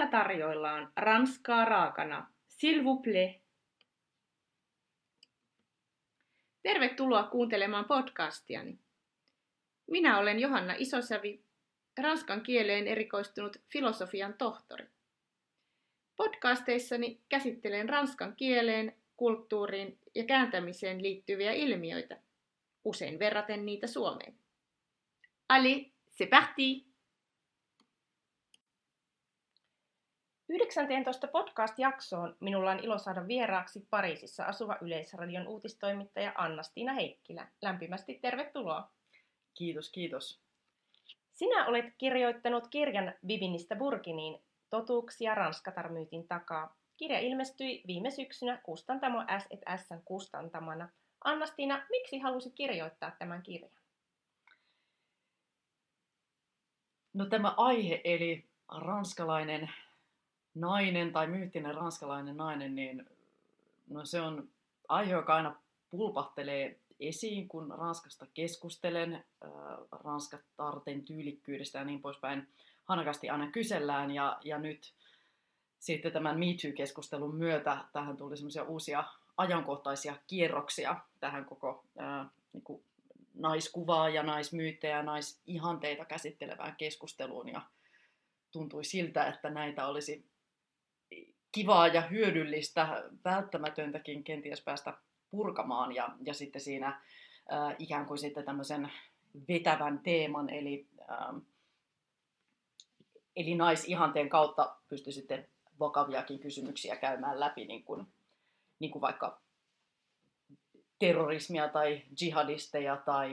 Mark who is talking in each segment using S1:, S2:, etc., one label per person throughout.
S1: tarjoillaan ranskaa raakana. S'il vous plaît. Tervetuloa kuuntelemaan podcastiani. Minä olen Johanna Isosävi, ranskan kieleen erikoistunut filosofian tohtori. Podcasteissani käsittelen ranskan kieleen, kulttuuriin ja kääntämiseen liittyviä ilmiöitä, usein verraten niitä Suomeen. Allez, c'est parti! 19. podcast-jaksoon minulla on ilo saada vieraaksi Pariisissa asuva Yleisradion uutistoimittaja Anna-Stiina Heikkilä. Lämpimästi tervetuloa.
S2: Kiitos, kiitos.
S1: Sinä olet kirjoittanut kirjan Bibinistä Burkiniin, totuuksia Ranskatar-myytin takaa. Kirja ilmestyi viime syksynä kustantamo S&S:n kustantamana. Anna-Stiina, miksi halusit kirjoittaa tämän kirjan?
S2: No tämä aihe, eli ranskalainen nainen tai myyttinen ranskalainen nainen, niin no se on aihe, joka aina pulpahtelee esiin, kun Ranskasta keskustelen, ranskatarten tyylikkyydestä ja niin poispäin hanakasti aina kysellään. Ja nyt sitten tämän Me Too-keskustelun myötä tähän tuli semmoisia uusia ajankohtaisia kierroksia tähän koko niin kuin naiskuvaa ja naismyyttejä ja naisihanteita käsittelevään keskusteluun. Ja tuntui siltä, että näitä olisi kivaa ja hyödyllistä, välttämätöntäkin kenties päästä purkamaan ja sitten siinä ikään kuin sitten tämmöisen vetävän teeman, eli naisihanteen kautta pystyi sitten vakaviakin kysymyksiä käymään läpi, niin kuin vaikka terrorismia tai jihadisteja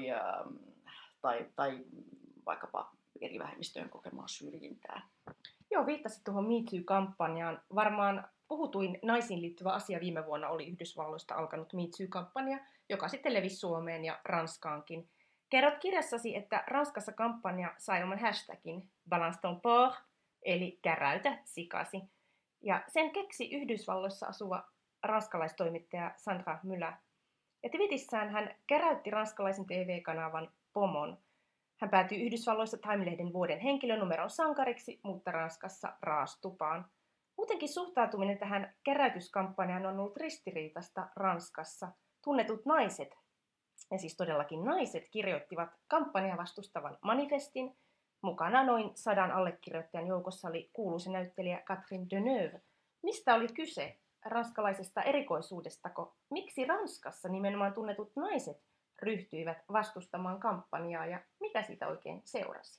S2: tai vaikkapa eri vähemmistöjen kokemaa syrjintää.
S1: Joo, viittasit tuohon Me Too-kampanjaan. Varmaan puhutuin naisiin liittyvä asia viime vuonna oli Yhdysvalloista alkanut Me Too-kampanja, joka sitten levisi Suomeen ja Ranskaankin. Kerrot kirjassasi, että Ranskassa kampanja sai oman hashtagin Balance ton porc, eli käräytä sikasi. Ja sen keksi Yhdysvalloissa asuva ranskalaistoimittaja Sandra Müller. Ja Twitissään hän käräytti ranskalaisen TV-kanavan Pomon. Hän päätyi Yhdysvalloissa Time-lehden vuoden henkilönumeron sankariksi, mutta Ranskassa raastupaan. Muutenkin suhtautuminen tähän käräytyskampanjaan on ollut ristiriitaista Ranskassa. Tunnetut naiset, ja siis todellakin naiset, kirjoittivat kampanjaa vastustavan manifestin. Mukana noin 100 allekirjoittajan joukossa oli kuuluisa näyttelijä Catherine Deneuve. Mistä oli kyse? Ranskalaisesta erikoisuudestako? Miksi Ranskassa nimenomaan tunnetut naiset ryhtyivät vastustamaan kampanjaa ja mitä siitä oikein seurasi?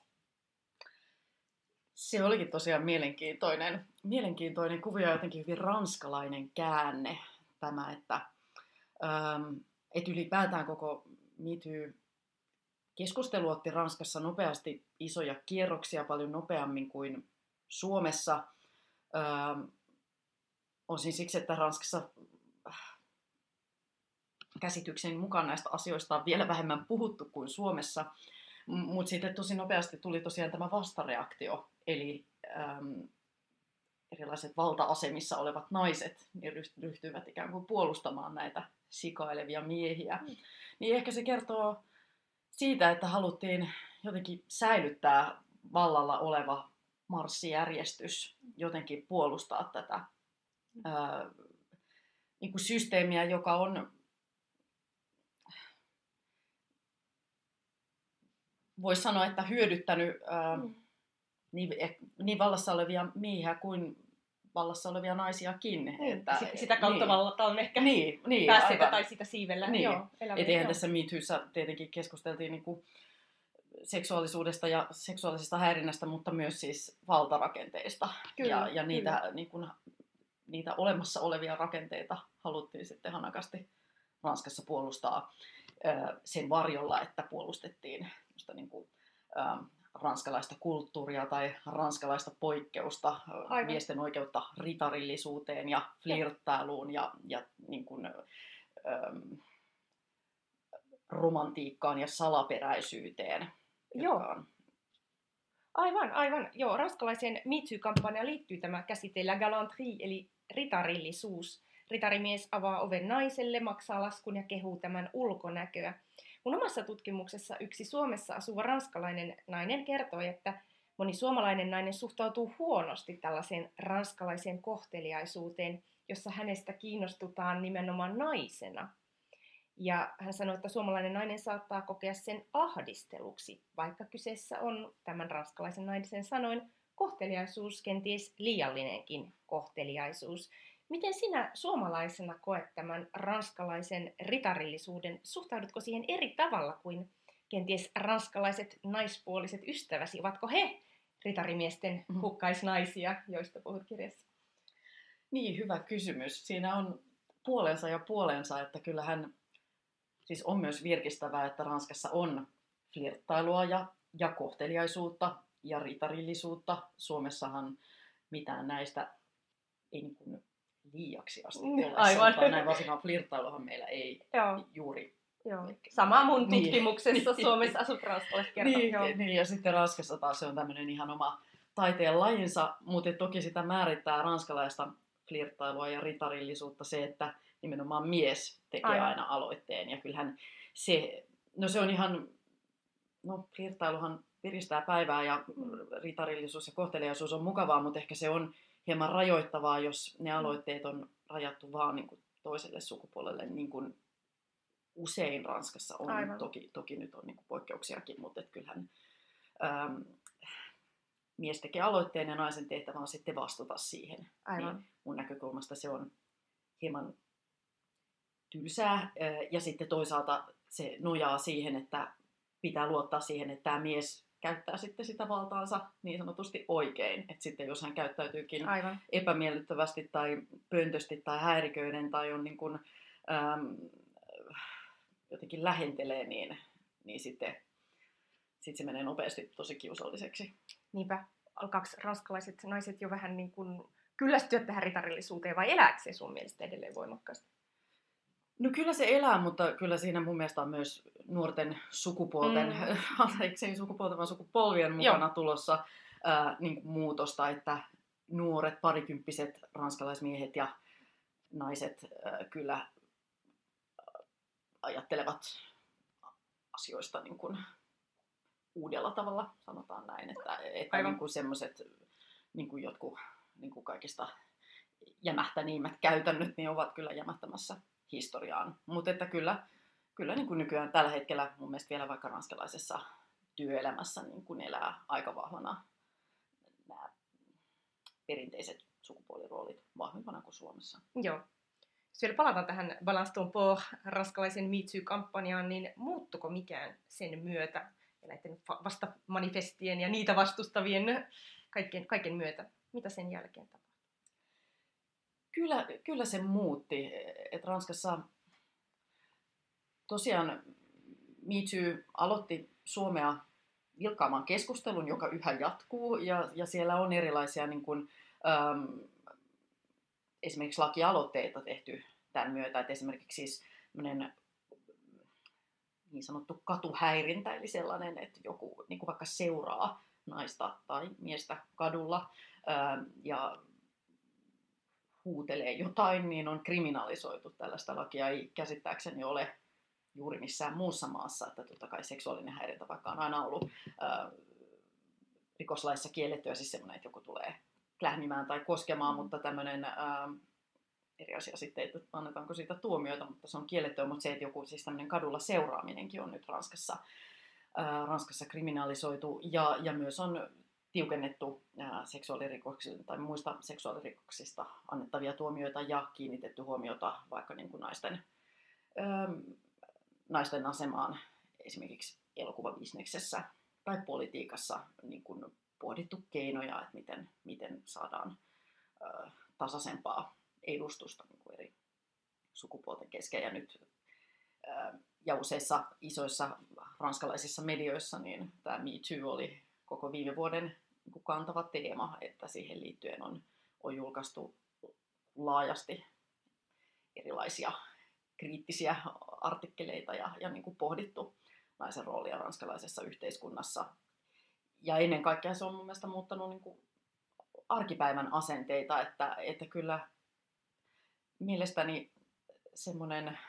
S2: Se olikin tosiaan mielenkiintoinen kuvio ja jotenkin hyvin ranskalainen käänne tämä, että ylipäätään koko Me Too-keskustelu otti Ranskassa nopeasti isoja kierroksia, paljon nopeammin kuin Suomessa. Osin siksi, että Ranskassa käsityksen mukaan näistä asioista on vielä vähemmän puhuttu kuin Suomessa, mutta sitten tosi nopeasti tuli tosiaan tämä vastareaktio, eli erilaiset valta-asemissa olevat naiset niin ryhtyivät ikään kuin puolustamaan näitä sikailevia miehiä. Niin ehkä se kertoo siitä, että haluttiin jotenkin säilyttää vallalla oleva marssijärjestys, jotenkin puolustaa tätä niin kuin systeemiä, joka on, voisi sanoa, että hyödyttänyt niin vallassa olevia miehiä kuin vallassa olevia naisiakin. Että,
S1: sitä kautta vallalta on ehkä päässeet tai sitä siivellä.
S2: Niin. Eihän tässä Me Toossa tietenkin keskusteltiin niin kuin seksuaalisuudesta ja seksuaalisesta häirinnästä, mutta myös siis valtarakenteista.
S1: Kyllä,
S2: ja niitä, niin kuin, niitä olemassa olevia rakenteita haluttiin sitten hanakasti Ranskassa puolustaa sen varjolla, että puolustettiin niin kuin, ranskalaista kulttuuria tai ranskalaista poikkeusta, miesten oikeutta ritarillisuuteen ja flirttailuun ja niin kuin, romantiikkaan ja salaperäisyyteen.
S1: Joo. Aivan. Joo, ranskalaiseen Me Too-kampanjaan liittyy tämä käsite la galanterie, eli ritarillisuus. Ritarimies avaa oven naiselle, maksaa laskun ja kehuu tämän ulkonäköä. Mun omassa tutkimuksessa yksi Suomessa asuva ranskalainen nainen kertoi, että Moni suomalainen nainen suhtautuu huonosti tällaiseen ranskalaiseen kohteliaisuuteen, jossa hänestä kiinnostutaan nimenomaan naisena. Ja hän sanoi, että suomalainen nainen saattaa kokea sen ahdisteluksi, vaikka kyseessä on tämän ranskalaisen naisen sanoin kohteliaisuus, kenties liiallinenkin kohteliaisuus. Miten sinä suomalaisena koet tämän ranskalaisen ritarillisuuden? Suhtaudutko siihen eri tavalla kuin kenties ranskalaiset naispuoliset ystäväsi? Ovatko he ritarimiesten hukkaisnaisia, joista puhut kirjassa?
S2: Niin, hyvä kysymys. Siinä on puolensa ja puolensa, että kyllähän siis on myös virkistävää, että Ranskassa on flirttailua ja kohteliaisuutta ja ritarillisuutta. Suomessahan mitään näistä ei niin kuin liiaksi asti ole.
S1: Aivan.
S2: Näin varsinkaan flirttailuhan meillä ei juuri.
S1: Joo. Sama mun tutkimuksessa niin. Suomessa asut ranskalaiset kertoo.
S2: Niin, ja sitten Ranskassa taas se on tämmöinen ihan oma taiteen lajinsa, mutta toki sitä määrittää ranskalaista flirttailua ja ritarillisuutta se, että nimenomaan mies tekee aina aloitteen. Ja kyllähän se on ihan, flirttailuhan piristää päivää ja ritarillisuus ja kohteliaisuus on mukavaa, mutta ehkä se on hieman rajoittavaa, jos ne aloitteet on rajattu vaan niin kuin toiselle sukupuolelle, niin kuin usein Ranskassa on. Toki nyt on niin kuin poikkeuksiakin, mutta kyllähän mies tekee aloitteen ja naisen tehtävä on sitten vastata siihen. Niin mun näkökulmasta se on hieman tylsää ja sitten toisaalta se nojaa siihen, että pitää luottaa siihen, että tämä mies käyttää sitten sitä valtaansa niin sanotusti oikein. Että sitten jos hän käyttäytyykin epämiellyttävästi tai pöntösti tai häiriköiden tai on niin kuin, jotenkin lähentelee, niin sitten se menee nopeasti tosi kiusalliseksi.
S1: Niinpä. Alkaako ranskalaiset naiset jo vähän niin kuin kyllästyä tähän ritarillisuuteen vai elääkö se sun mielestä edelleen voimakkaasti?
S2: No kyllä se elää, mutta kyllä siinä mun mielestä on myös nuorten sukupuolten, vaan sukupolvien mukana tulossa niin kuin muutosta, että nuoret parikymppiset ranskalaismiehet ja naiset kyllä ajattelevat asioista niin kuin uudella tavalla, sanotaan näin, että niin kuin semmoiset niin kuin jotkut niin kuin kaikista jämähtänimmät käytännöt niin ovat kyllä jämähtämässä historiaan. Mutta että kyllä niin kuin nykyään tällä hetkellä mun mielestä vielä vaikka ranskalaisessa työelämässä niin kuin elää aika vahvana nämä perinteiset sukupuoliroolit vahvempana kuin Suomessa.
S1: Joo. Jos vielä palataan tähän Balance ton port ranskalaisen Me Too-kampanjaan, niin muuttuko mikään sen myötä ja näiden vastamanifestien ja niitä vastustavien kaiken myötä? Mitä sen jälkeen tapahtui?
S2: Kyllä se muutti. Et Ranskassa tosiaan Me Too aloitti Suomea vilkkaamaan keskustelun, joka yhä jatkuu. Ja siellä on erilaisia niin kuin, esimerkiksi lakialoitteita tehty tämän myötä. Et esimerkiksi siis niin sanottu katuhäirintä, eli sellainen, että joku niin kuin vaikka seuraa naista tai miestä kadulla ja huutelee jotain, niin on kriminalisoitu. Tällaista lakia ei käsittääkseni ole juuri missään muussa maassa, että totta kai seksuaalinen häirintä vaikka on aina ollut rikoslaissa kiellettyä, siis semmoinen, että joku tulee klähmimään tai koskemaan, mutta tämmöinen eri asia sitten, että annetaanko siitä tuomioita, mutta se on kiellettyä, mutta se, että joku siis tämmöinen kadulla seuraaminenkin on nyt Ranskassa kriminalisoitu ja myös on tiukennettu seksuaalirikoksista tai muista seksuaalirikoksista annettavia tuomioita ja kiinnitetty huomiota vaikka niin kuin naisten asemaan esimerkiksi elokuvabisneksessä tai politiikassa niin kuin pohdittu keinoja, että miten saadaan tasaisempaa edustusta niin kuin eri sukupuolten kesken. Ja nyt ja useissa isoissa ranskalaisissa medioissa niin tämä Me Too oli koko viime vuoden niin kuin kantava teema, että siihen liittyen on julkaistu laajasti erilaisia kriittisiä artikkeleita ja niin kuin pohdittu naisen roolia ranskalaisessa yhteiskunnassa. Ja ennen kaikkea se on mun mielestä muuttanut niin kuin arkipäivän asenteita, että kyllä mielestäni semmoinen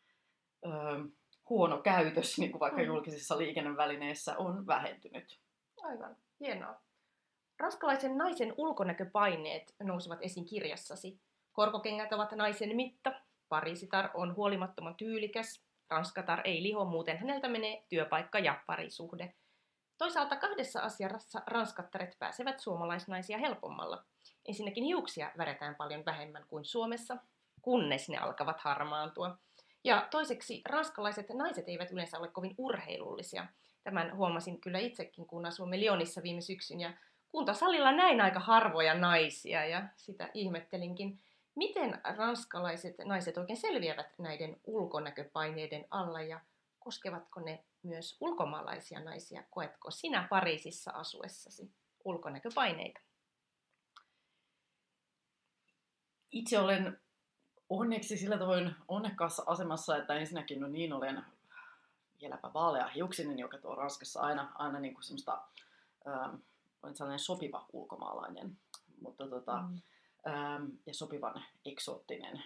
S2: huono käytös niin kuin vaikka julkisissa liikennevälineissä on vähentynyt.
S1: Aivan, hienoa. Ranskalaisen naisen ulkonäköpaineet nousevat esiin kirjassasi. Korkokengät ovat naisen mitta, Pariisitar on huolimattoman tyylikäs, Ranskatar ei liho, muuten häneltä menee työpaikka ja parisuhde. Toisaalta kahdessa asiassa ranskattaret pääsevät suomalaisnaisia helpommalla. Ensinnäkin hiuksia väretään paljon vähemmän kuin Suomessa, kunnes ne alkavat harmaantua. Ja toiseksi ranskalaiset naiset eivät yleensä ole kovin urheilullisia. Tämän huomasin kyllä itsekin, kun asuimme Lyonissa viime syksyn ja kuntosalilla näin aika harvoja naisia ja sitä ihmettelinkin. Miten ranskalaiset naiset oikein selviävät näiden ulkonäköpaineiden alla ja koskevatko ne myös ulkomaalaisia naisia? Koetko sinä Pariisissa asuessasi ulkonäköpaineita?
S2: Itse olen onneksi sillä tavoin onnekkaassa asemassa, että ensinnäkin olen vieläpä vaaleahiuksinen, joka tuo Ranskassa aina niin kuin semmoista, olen sellainen sopiva ulkomaalainen, mutta ja sopivan eksoottinen.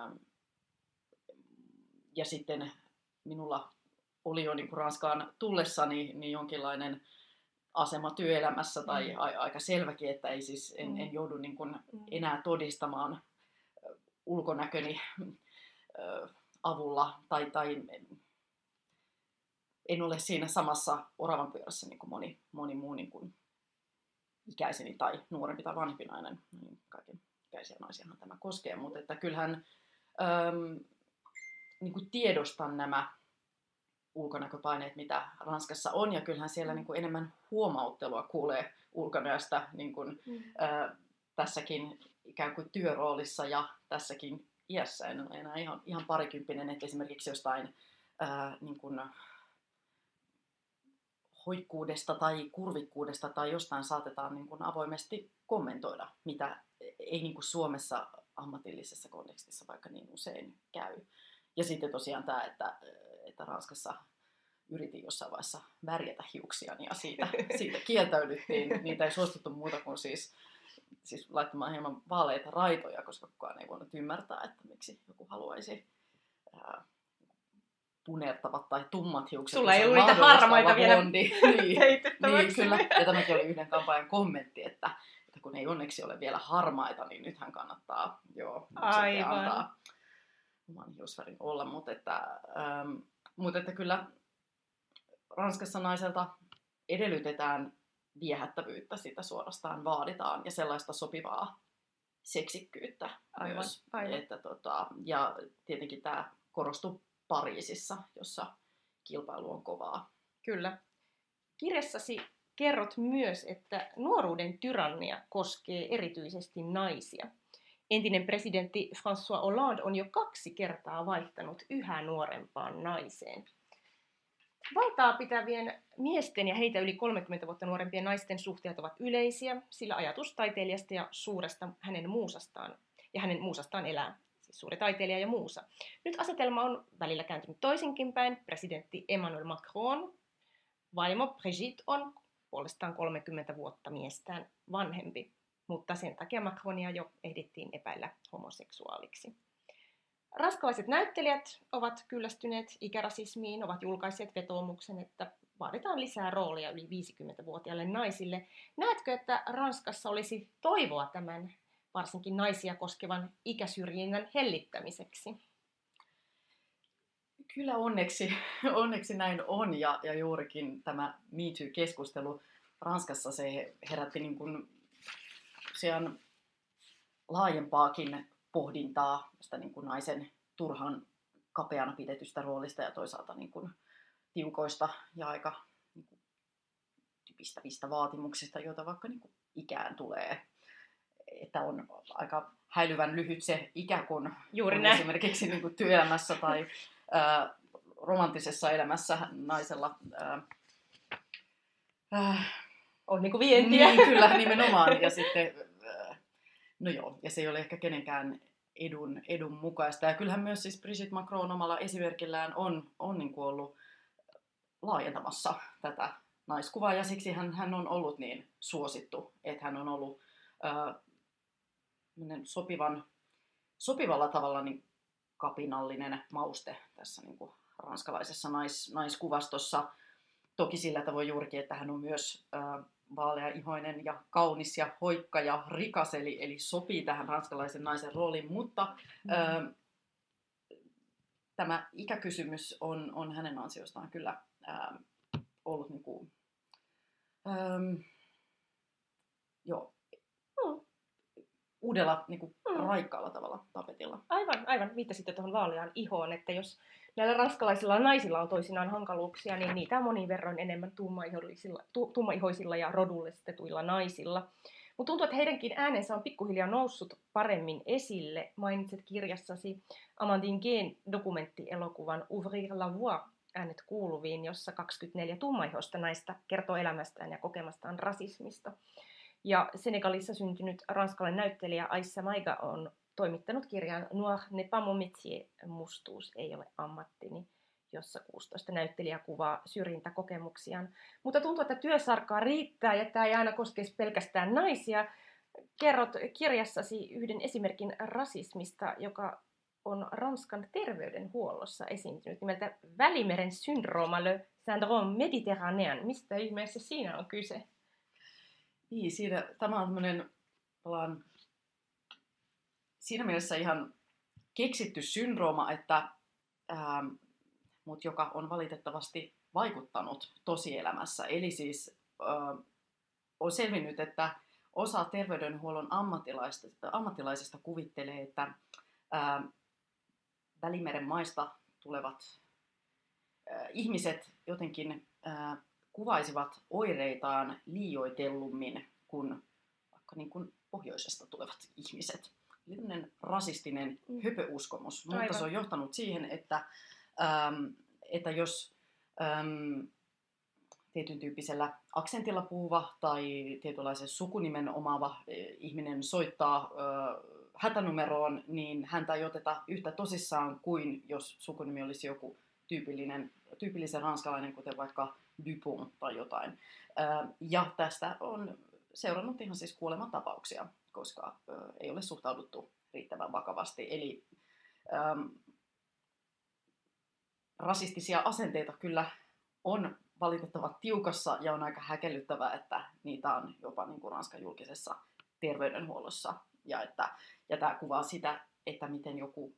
S2: Ja sitten minulla oli jo niin kuin Ranskaan tullessani niin jonkinlainen asema työelämässä tai aika selväkin, että en joudu niin kuin enää todistamaan ulkonäköni avulla tai en ole siinä samassa oravanpyörässä niin kuin moni muu niin kuin ikäiseni tai nuorempi tai vanhempi nainen. Niin kaiken ikäisiä naisiahan tämä koskee, mutta että kyllähän niin kuin tiedostan nämä ulkonäköpaineet, mitä Ranskassa on, ja kyllähän siellä niin kuin enemmän huomauttelua kuulee ulkonäöstä niin kuin, tässäkin ikään kuin työroolissa ja tässäkin iässä. En ole enää ihan parikymppinen, että esimerkiksi jostain niin kuin hoikkuudesta tai kurvikkuudesta tai jostain saatetaan niin kuin avoimesti kommentoida, mitä ei niin kuin Suomessa ammatillisessa kontekstissa vaikka niin usein käy. Ja sitten tosiaan tämä, että Ranskassa yritin jossain vaiheessa värjätä hiuksiani ja siitä kieltäydyttiin. Niitä ei suostuttu muuta kuin siis laittamaan hieman vaaleita raitoja, koska kukaan ei voinut ymmärtää, että miksi joku haluaisi punertavat tai tummat hiukset.
S1: Sulla ei ollut niitä harmaita vielä
S2: niin, kyllä. Ja tämäkin oli yhden kampanjan kommentti, että kun ei onneksi ole vielä harmaita, niin nythän kannattaa antaa oman hiusvärin olla. Mutta että kyllä Ranskassa naiselta edellytetään viehättävyyttä, sitä suorastaan vaaditaan ja sellaista sopivaa seksikkyyttä myös.
S1: Aivan.
S2: Että, ja tietenkin tämä korostui Pariisissa, jossa kilpailu on kovaa.
S1: Kyllä. Kirjassasi kerrot myös, että nuoruuden tyrannia koskee erityisesti naisia. Entinen presidentti François Hollande on jo 2 kertaa vaihtanut yhä nuorempaan naiseen. Valtaa pitävien miesten ja heitä yli 30 vuotta nuorempien naisten suhteet ovat yleisiä, sillä ajatus taiteilijasta ja suuresta hänen muusastaan elää. Siis suuri taiteilija ja muusa. Nyt asetelma on välillä kääntynyt toisinkin päin. Presidentti Emmanuel Macron, vaimo Brigitte on puolestaan 30 vuotta miestään vanhempi, mutta sen takia Macronia jo ehdittiin epäillä homoseksuaaliksi. Ranskalaiset näyttelijät ovat kyllästyneet ikärasismiin, ovat julkaisseet vetoomuksen, että vaaditaan lisää roolia yli 50-vuotiaille naisille. Näetkö, että Ranskassa olisi toivoa tämän varsinkin naisia koskevan ikäsyrjinnän hellittämiseksi?
S2: Kyllä onneksi näin on, ja juurikin tämä Me Too-keskustelu Ranskassa se herätti niin kuin laajempaakin pohdintaa sitä niin kuin naisen turhan kapeana pidetystä roolista ja toisaalta niin kuin tiukoista ja aika niin kuin typistävistä vaatimuksista, joita vaikka niin kuin ikään tulee. Että on aika häilyvän lyhyt se ikä, kun on esimerkiksi niin kuin työelämässä tai romanttisessa elämässä naisella
S1: on niin kuin vientiä.
S2: Niin, kyllä, nimenomaan. Ja sitten, ja se ei ole ehkä kenenkään edun mukaista. Ja kyllähän myös siis Brigitte Macron omalla esimerkillään on niin kuin ollut laajentamassa tätä naiskuvaa, ja siksi hän on ollut niin suosittu, että hän on ollut sopivalla tavalla niin kapinallinen mauste tässä niin kuin ranskalaisessa naiskuvastossa. Toki sillä tavoin juurikin, että hän on myös vaaleaihoinen ja kaunis ja hoikka ja rikas, eli sopii tähän ranskalaisen naisen rooliin, mutta tämä ikäkysymys on hänen ansiostaan kyllä ollut niin kuin, uudella niin kuin raikkaalla tavalla tapetilla.
S1: Aivan. Viittasitte tuohon vaaleaan ihoon, että jos näillä ranskalaisilla naisilla on toisinaan hankaluuksia, niin niitä on monin verroin enemmän tummaihoisilla ja rodullistetuilla naisilla. Mutta tuntuu, että heidänkin äänensä on pikkuhiljaa noussut paremmin esille. Mainitset kirjassasi Amandine Guèn dokumenttielokuvan Ouvrir la voix, äänet kuuluviin, jossa 24 tummaihoista naista kertoo elämästään ja kokemastaan rasismista. Ja Senegalissa syntynyt ranskalainen näyttelijä Aïssa Maiga on toimittanut kirjan Noir n'est pas mon métier, mustuus ei ole ammattini, jossa 16 näyttelijää kuvaa syrjintäkokemuksiaan. Mutta tuntuu, että työsarkaa riittää ja tämä ei aina koskisi pelkästään naisia. Kerrot kirjassasi yhden esimerkin rasismista, joka on Ranskan terveydenhuollossa esiintynyt nimeltä Välimeren syndrooma, le syndrome méditerranéen. Mistä ihmeessä siinä on kyse?
S2: Niin, tämä on tämmöinen siinä mielessä ihan keksitty syndrooma, mutta joka on valitettavasti vaikuttanut tosielämässä. Eli siis on selvinnyt, että osa terveydenhuollon ammattilaisista kuvittelee, että Välimeren maista tulevat ihmiset jotenkin kuvaisivat oireitaan liioitellummin kuin vaikka niin kuin pohjoisesta tulevat ihmiset. Eli tämmöinen rasistinen höpöuskomus, mutta se on johtanut siihen, että jos tietyn tyyppisellä aksentilla puhuva tai tietynlaisen sukunimen omaava ihminen soittaa hätänumeroon, niin häntä ei oteta yhtä tosissaan kuin jos sukunimi olisi joku tyypillisen ranskalainen, kuten vaikka Dupont tai jotain. Ja tästä on seurannut ihan siis kuolemantapauksia, koska ei ole suhtauduttu riittävän vakavasti. Eli rasistisia asenteita kyllä on valitettavan tiukassa ja on aika häkellyttävää, että niitä on jopa niin kuin Ranskan julkisessa terveydenhuollossa. Ja tämä kuvaa sitä, että miten joku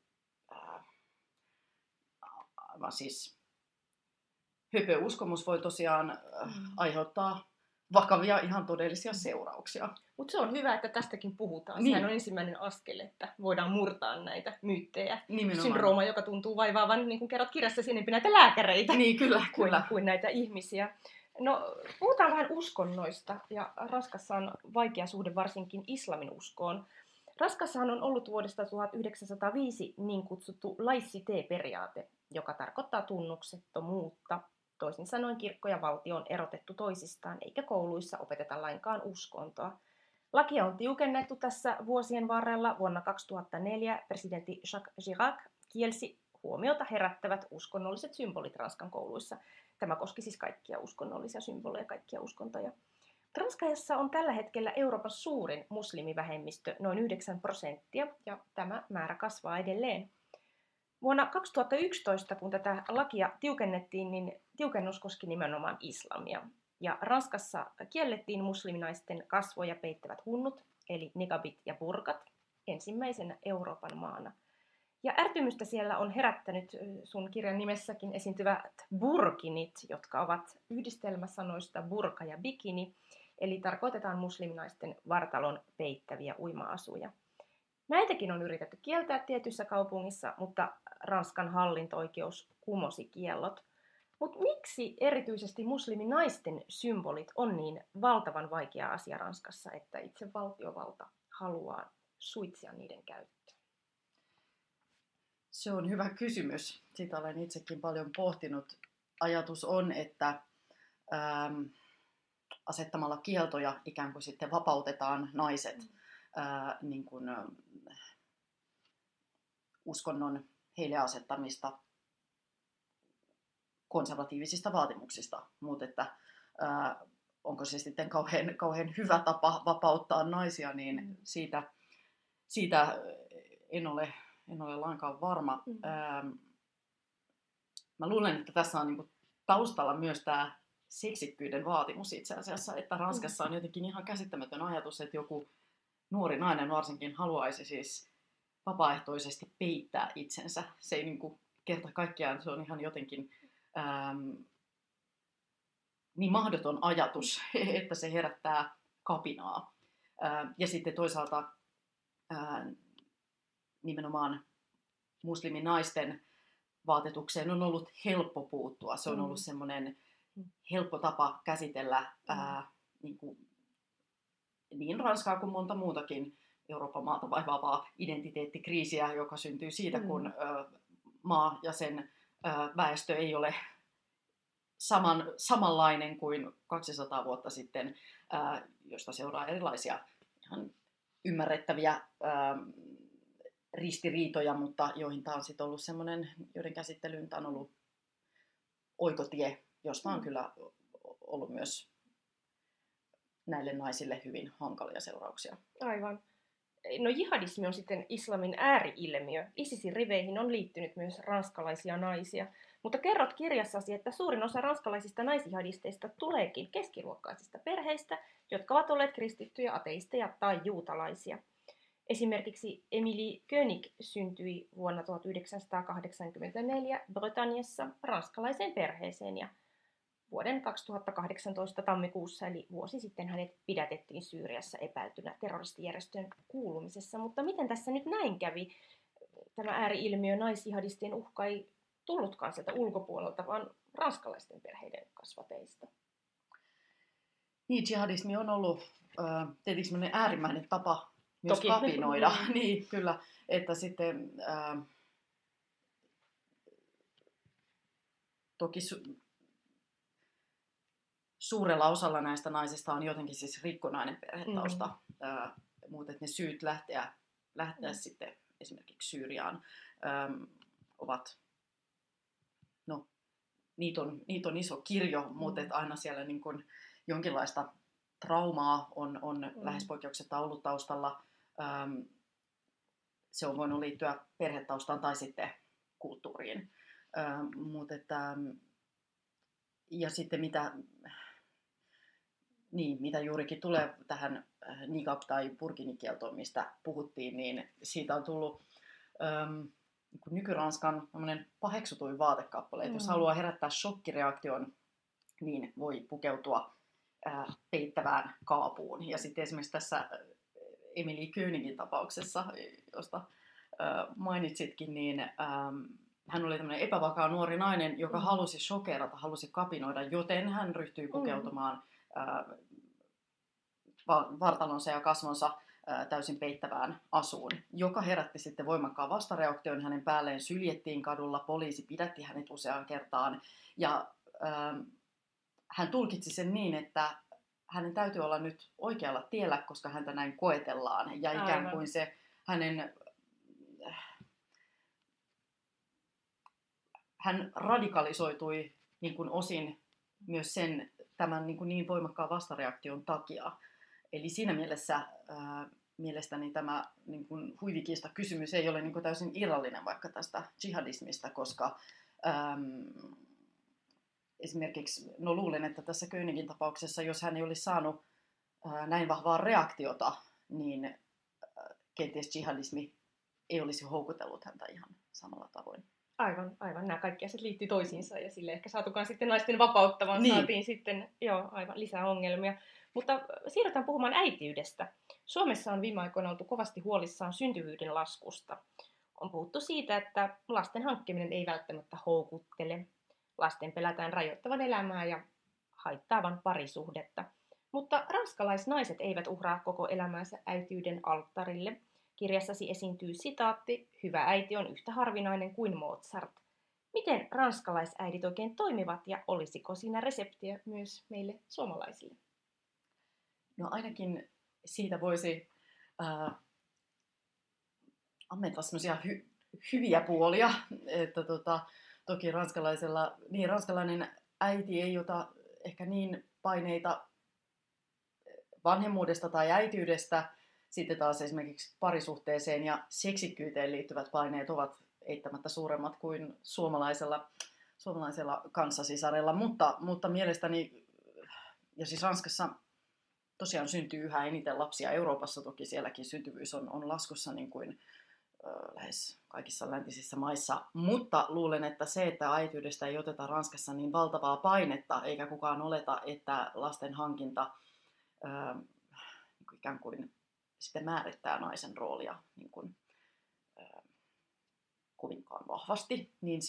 S2: siis höpöuskomus voi tosiaan aiheuttaa vakavia, ihan todellisia seurauksia.
S1: Mutta se on hyvä, että tästäkin puhutaan. Niin. Sehän on ensimmäinen askel, että voidaan murtaa näitä myyttejä.
S2: Nimenomaan.
S1: Syndrooma, joka tuntuu vaivaavan, niin kuin kerrot kirjassa, enempi näitä lääkäreitä
S2: niin, kyllä.
S1: Kuin näitä ihmisiä. No, puhutaan vähän uskonnoista, ja Ranskassa on vaikea suhde varsinkin islamin uskoon. Ranskassahan on ollut vuodesta 1905 niin kutsuttu laïcité-periaate, joka tarkoittaa tunnuksettomuutta. Toisin sanoen kirkko ja valtio on erotettu toisistaan, eikä kouluissa opeteta lainkaan uskontoa. Lakia on tiukennettu tässä vuosien varrella. Vuonna 2004 presidentti Jacques Chirac kielsi huomiota herättävät uskonnolliset symbolit Ranskan kouluissa. Tämä koski siis kaikkia uskonnollisia symboleja, kaikkia uskontoja. Ranskassa on tällä hetkellä Euroopan suurin muslimivähemmistö, noin 9%, ja tämä määrä kasvaa edelleen. Vuonna 2011, kun tätä lakia tiukennettiin, niin tiukennus koski nimenomaan islamia. Ja Ranskassa kiellettiin musliminaisten kasvoja peittävät hunnut, eli niqabit ja burkat, ensimmäisenä Euroopan maana. Ja ärtymystä siellä on herättänyt sun kirjan nimessäkin esiintyvät burkinit, jotka ovat yhdistelmäsanoista burka ja bikini, eli tarkoitetaan musliminaisten vartalon peittäviä uima-asuja. Näitäkin on yritetty kieltää tietyissä kaupungissa, mutta Ranskan hallinto-oikeus kumosi kiellot. Mutta miksi erityisesti musliminaisten symbolit on niin valtavan vaikea asia Ranskassa, että itse valtiovalta haluaa suitsia niiden käyttöä?
S2: Se on hyvä kysymys. Sitä olen itsekin paljon pohtinut. Ajatus on, että asettamalla kieltoja ikään kuin sitten vapautetaan naiset niin kuin, uskonnon heille asettamista konservatiivisista vaatimuksista, mutta että onko se sitten kauhean hyvä tapa vapauttaa naisia, niin siitä en ole lainkaan varma. Mä luulen, että tässä on niinku taustalla myös tämä seksikkyyden vaatimus itse asiassa, että Ranskassa on jotenkin ihan käsittämätön ajatus, että joku nuori nainen varsinkin haluaisi siis vapaaehtoisesti peittää itsensä. Se ei niin kuin kerta kaikkiaan, se on ihan jotenkin niin mahdoton ajatus, että se herättää kapinaa. Ja sitten toisaalta nimenomaan musliminaisten vaatetukseen on ollut helppo puuttua. Se on ollut semmoinen helppo tapa käsitellä niin Ranskaa kuin monta muutakin Euroopan maata vaivaavaa identiteettikriisiä, joka syntyy siitä, kun maa ja sen väestö ei ole samanlainen kuin 200 vuotta sitten, josta seuraa erilaisia ihan ymmärrettäviä ristiriitoja, mutta joihin tämä on sitten ollut semmoinen, joiden käsittelyyn tämä on ollut oikotie, josta on kyllä ollut myös näille naisille hyvin hankalia seurauksia.
S1: Aivan. No jihadismi on sitten islamin ääri-ilmiö. ISISin riveihin on liittynyt myös ranskalaisia naisia. Mutta kerrot kirjassasi, että suurin osa ranskalaisista naisjihadisteista tuleekin keskiluokkaisista perheistä, jotka ovat olleet kristittyjä, ateisteja tai juutalaisia. Esimerkiksi Emilie König syntyi vuonna 1984 Bretagnessa ranskalaiseen perheeseen ja vuoden 2018 tammikuussa, eli vuosi sitten, hänet pidätettiin Syyriassa epäiltynä terroristijärjestöön kuulumisessa. Mutta miten tässä nyt näin kävi? Tämä ääri-ilmiö naisjihadistien uhka ei tullutkaan sieltä ulkopuolelta, vaan ranskalaisten perheiden kasvateista.
S2: Niin, jihadismi on ollut tietysti sellainen äärimmäinen tapa myös kapinoida. Niin, kyllä, että sitten toki suurella osalla näistä naisista on jotenkin siis rikkonainen perhetausta, mutta ne syyt lähteä sitten esimerkiksi Syyriaan ovat, no niitä on iso kirjo, mutta aina siellä niin kuin jonkinlaista traumaa on lähes poikkeuksetta ollut taustalla. Se on voinut liittyä perhetaustaan tai sitten kulttuuriin. Ja sitten mitä juurikin tulee tähän niqab- tai burkinikieltoon, mistä puhuttiin, niin siitä on tullut nykyranskan paheksutuin vaatekappale. Jos haluaa herättää shokkireaktion, niin voi pukeutua peittävään kaapuun. Ja sitten esimerkiksi tässä Emilie Königin tapauksessa, josta mainitsitkin, niin hän oli tämmöinen epävakaa nuori nainen, joka halusi shokerata, halusi kapinoida, joten hän ryhtyi pukeutumaan vartalonsa ja kasvonsa täysin peittävään asuun, joka herätti sitten voimakkaan vastareaktion. Hänen päälleen syljettiin kadulla, poliisi pidätti hänet useaan kertaan ja hän tulkitsi sen niin, että hänen täytyy olla nyt oikealla tiellä, koska häntä näin koetellaan. Ja ikään kuin se hän radikalisoitui niin kuin osin myös tämän niin voimakkaan vastareaktion takia. Eli siinä mielessä mielestäni tämä niin kuin huivikiista kysymys ei ole niin kuin täysin irrallinen vaikka tästä jihadismista, koska esimerkiksi, luulen, että tässä Königin tapauksessa, jos hän ei olisi saanut näin vahvaa reaktiota, niin kenties jihadismi ei olisi houkutellut häntä ihan samalla tavoin.
S1: Aivan. Nämä kaikki asiat liittyy toisiinsa ja sille ehkä saatukaan sitten naisten vapauttamaan saatiin sitten aivan lisää ongelmia. Mutta siirrytään puhumaan äitiydestä. Suomessa on viime aikoina oltu kovasti huolissaan syntyvyyden laskusta. On puhuttu siitä, että lasten hankkiminen ei välttämättä houkuttele. Lasten pelätään rajoittavan elämää ja haittaavan parisuhdetta. Mutta ranskalaisnaiset eivät uhraa koko elämäänsä äitiyden alttarille. Kirjassasi esiintyy sitaatti, hyvä äiti on yhtä harvinainen kuin Mozart. Miten ranskalaisäidit oikein toimivat ja olisiko siinä reseptiä myös meille suomalaisille?
S2: No ainakin siitä voisi ammentaa semmoisia hyviä puolia, että toki ranskalainen äiti ei ota ehkä niin paineita vanhemmuudesta tai äitiydestä. Sitten taas esimerkiksi parisuhteeseen ja seksikkyyteen liittyvät paineet ovat eittämättä suuremmat kuin suomalaisella suomalaisella kanssasisarella, mutta mielestäni, ja siis Ranskassa tosiaan syntyy yhä eniten lapsia. Euroopassa toki sielläkin syntyvyys on laskussa niin kuin lähes kaikissa läntisissä maissa, mutta luulen, että se, että äitiydestä ei oteta Ranskassa niin valtavaa painetta, eikä kukaan oleta, että lasten hankinta ikään kuin sitten määrittää naisen roolia niin kuin, kovinkaan vahvasti, niin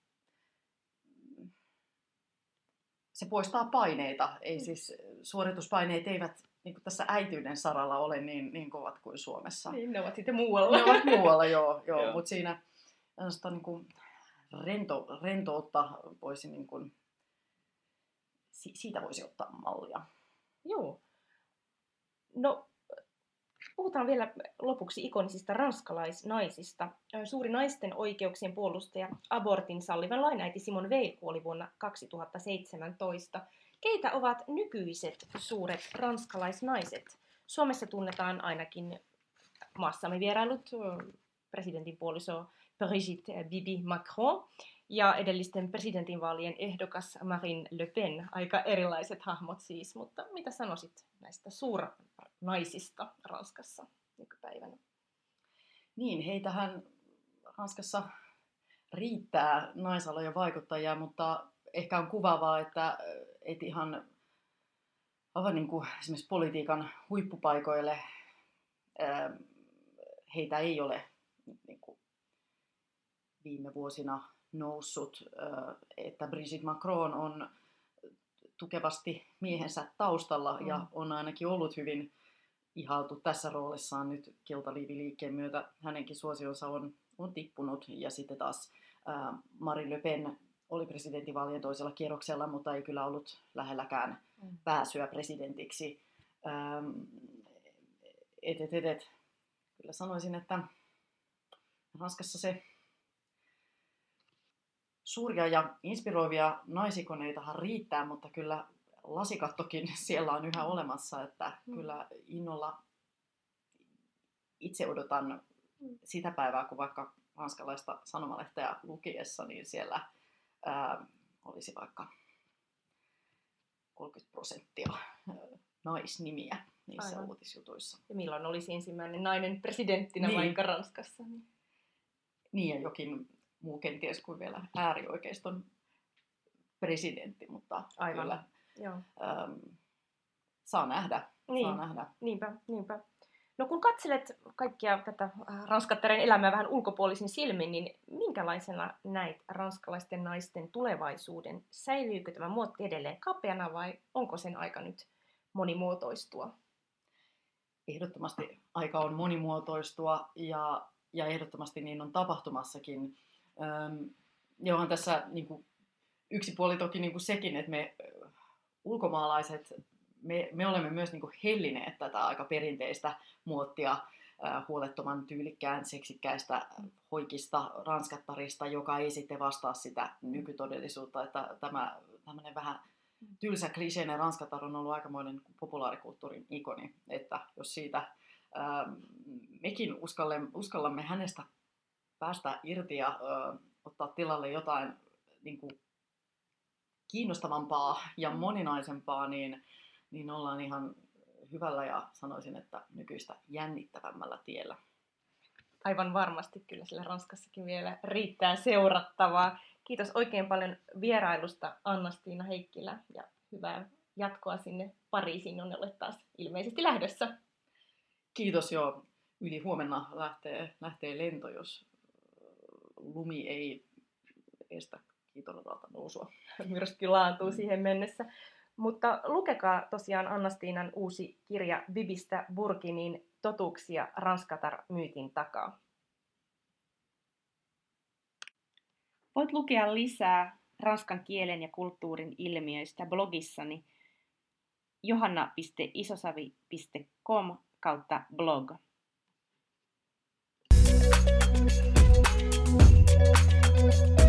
S2: se poistaa paineita. Ei siis, suorituspaineet eivät niin kuin tässä äitiyden saralla ole niin kovat kuin Suomessa.
S1: Niin, ne ovat sitten muualla.
S2: Ne ovat muualla, joo. Mutta siinä niin kuin rentoutta voisi, niin kuin, siitä voisi ottaa mallia.
S1: Joo. No, puhutaan vielä lopuksi ikonisista ranskalaisnaisista. Suuri naisten oikeuksien puolustaja, abortin sallivan lainäiti Simone Veil kuoli vuonna 2017. Keitä ovat nykyiset suuret ranskalaisnaiset? Suomessa tunnetaan ainakin maassamme vierailut presidentin puoliso Brigitte Bibi Macron ja edellisten presidentinvaalien ehdokas Marine Le Pen. Aika erilaiset hahmot siis, mutta mitä sanoisit näistä suurnaisista Ranskassa nykypäivänä? Niin, heitähän Ranskassa riittää naisalojen vaikuttajia, mutta ehkä on kuvaavaa, että et ihan aivan niin kuin esimerkiksi politiikan huippupaikoille heitä ei ole niin kuin viime vuosina noussut, että Brigitte Macron on tukevasti miehensä taustalla ja on ainakin ollut hyvin ihailtu tässä roolissaan. Nyt kiltaliiviliikkeen myötä hänenkin suosionsa on tippunut, ja sitten taas Marine Le Pen oli presidentinvaalien toisella kierroksella, mutta ei kyllä ollut lähelläkään pääsyä presidentiksi. Kyllä sanoisin, että Ranskassa se suuria ja inspiroivia naisikoneitahan riittää, mutta kyllä lasikattokin siellä on yhä olemassa, että kyllä innolla itse odotan sitä päivää, kun vaikka ranskalaista sanomalehteä lukiessa, niin siellä olisi vaikka 30% naisnimiä niissä uutisjutuissa. Ja milloin olisi ensimmäinen nainen presidenttinä vaikka Ranskassa? Niin, ja jokin muu kenties kuin vielä äärioikeiston presidentti, mutta kyllä saa nähdä. Niin.
S2: Saa nähdä.
S1: Niinpä. No kun katselet kaikkia tätä ranskattaren elämää vähän ulkopuolisin silmin, niin minkälaisena näit ranskalaisten naisten tulevaisuuden? Säilyykö tämä muotti edelleen kapeana vai onko sen aika nyt monimuotoistua?
S2: Ehdottomasti aika on monimuotoistua ja ehdottomasti niin on tapahtumassakin. Johan tässä niin kuin, yksi puoli toki niin kuin sekin, että me ulkomaalaiset, me olemme myös niin kuin hellineet tätä aika perinteistä muottia huolettoman tyylikkään, seksikkäistä, hoikista ranskattarista, joka ei sitten vastaa sitä nykytodellisuutta. Että tämmöinen vähän tylsä, kliseinen ranskattar on ollut aikamoinen populaarikulttuurin ikoni, että jos siitä mekin uskallamme hänestä päästä irti ja ottaa tilalle jotain niin kuin kiinnostavampaa ja moninaisempaa, niin ollaan ihan hyvällä ja sanoisin, että nykyistä jännittävämmällä tiellä.
S1: Aivan varmasti kyllä sillä Ranskassakin vielä riittää seurattavaa. Kiitos oikein paljon vierailusta, Anna-Stiina Heikkilä, ja hyvää jatkoa sinne Pariisiin, jonne olet taas ilmeisesti lähdössä.
S2: Kiitos, joo. Yli huomenna lähtee lento, jos lumi ei estä Kiitoradalta nousua.
S1: Myrsky laantuu siihen mennessä. Mutta lukekaa tosiaan Anna-Stiinan uusi kirja Bibistä Burkiniin, totuuksia Ranskatar-myytin takaa. Voit lukea lisää ranskan kielen ja kulttuurin ilmiöistä blogissani johanna.isosavi.com/blog.